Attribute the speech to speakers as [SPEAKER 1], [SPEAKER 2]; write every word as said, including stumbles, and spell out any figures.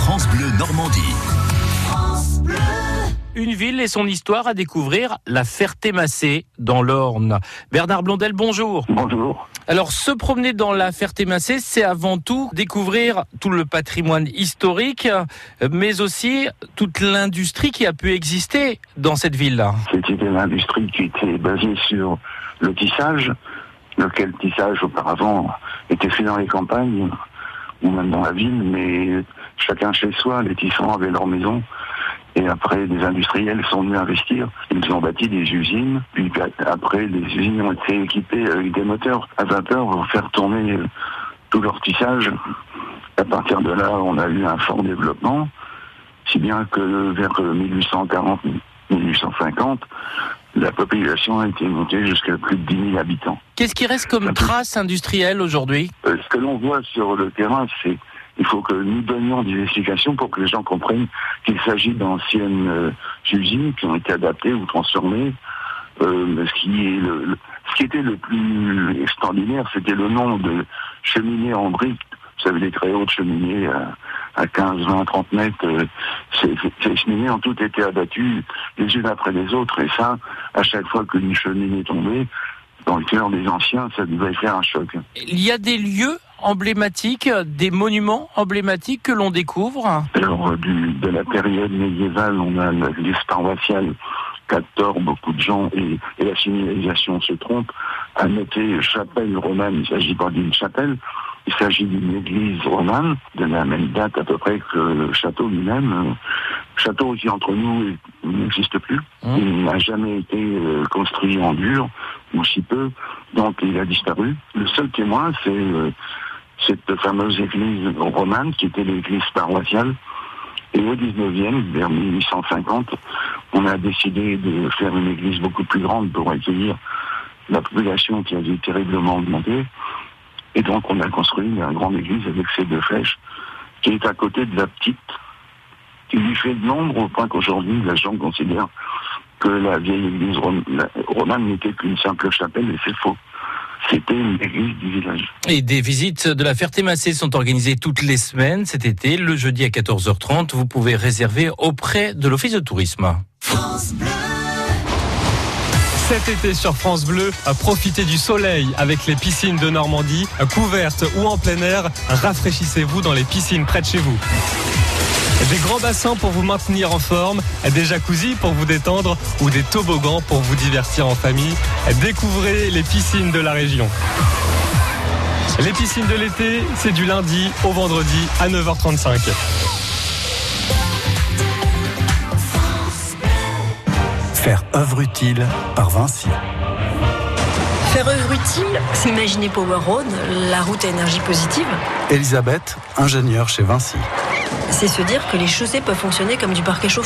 [SPEAKER 1] France Bleu Normandie.
[SPEAKER 2] France Bleu.
[SPEAKER 3] Une ville et son histoire à découvrir, la Ferté-Macé, dans l'Orne. Bernard Blondel, bonjour.
[SPEAKER 4] Bonjour.
[SPEAKER 3] Alors, se promener dans la Ferté-Macé, c'est avant tout découvrir tout le patrimoine historique, mais aussi toute l'industrie qui a pu exister dans cette ville-là.
[SPEAKER 4] C'était une industrie qui était basée sur le tissage, lequel tissage auparavant était fait dans les campagnes ou même dans la ville, mais chacun chez soi, les tissants avaient leur maison. Et après, des industriels sont venus investir. Ils ont bâti des usines. Puis après, les usines ont été équipées avec des moteurs à vapeur pour faire tourner tout leur tissage. À partir de là, on a eu un fort développement, si bien que vers mille huit cent quarante à mille huit cent cinquante, la population a été montée jusqu'à plus de dix mille habitants.
[SPEAKER 3] Qu'est-ce qui reste comme trace industrielle aujourd'hui ?
[SPEAKER 4] euh, Ce que l'on voit sur le terrain, c'est il faut que nous donnions des explications pour que les gens comprennent qu'il s'agit d'anciennes euh, usines qui ont été adaptées ou transformées. Euh, ce, qui est le, le, ce qui était le plus extraordinaire, c'était le nom de cheminées en briques. Vous savez, les très hautes cheminées à, à quinze, vingt, trente mètres. Euh, ces, ces cheminées ont toutes été abattues les unes après les autres. Et ça, à chaque fois qu'une cheminée tombait, dans le cœur des anciens, ça devait faire un choc.
[SPEAKER 3] Il y a des lieux emblématiques, des monuments emblématiques que l'on découvre.
[SPEAKER 4] Alors, du, de la période médiévale, on a l'église paroissiale qu'a tort beaucoup de gens et, et la signalisation se trompe. À noter chapelle romane, il ne s'agit pas d'une chapelle, il s'agit d'une église romane de la même date à peu près que le château lui-même. Le château qui entre nous n'existe plus. Mmh. Il n'a jamais été euh, construit en dur, ou si peu, donc il a disparu. Le seul témoin, c'est euh, cette fameuse église romane qui était l'église paroissiale. Et au dix-neuvième, vers mille huit cent cinquante, on a décidé de faire une église beaucoup plus grande pour accueillir la population qui avait terriblement augmenté. Et donc on a construit une grande église avec ses deux flèches, qui est à côté de la petite, qui lui fait de l'ombre au point qu'aujourd'hui, les gens considèrent que la vieille église rom- la, romane n'était qu'une simple chapelle, et c'est faux. C'était une église du village.
[SPEAKER 3] Et des visites de la Ferté-Macé sont organisées toutes les semaines cet été, le jeudi à quatorze heures trente. Vous pouvez réserver auprès de l'Office de tourisme.
[SPEAKER 2] France Bleu.
[SPEAKER 5] Cet été sur France Bleu, profitez du soleil avec les piscines de Normandie, couvertes ou en plein air. Rafraîchissez-vous dans les piscines près de chez vous. Des grands bassins pour vous maintenir en forme, des jacuzzis pour vous détendre ou des toboggans pour vous divertir en famille. Découvrez les piscines de la région. Les piscines de l'été, c'est du lundi au vendredi à neuf heures trente-cinq.
[SPEAKER 1] Faire œuvre utile par Vinci.
[SPEAKER 6] Faire œuvre utile, c'est imaginer Power Road, la route à énergie positive.
[SPEAKER 1] Elisabeth, ingénieure chez Vinci.
[SPEAKER 6] C'est se dire que les chaussées peuvent fonctionner comme du parquet chauffant.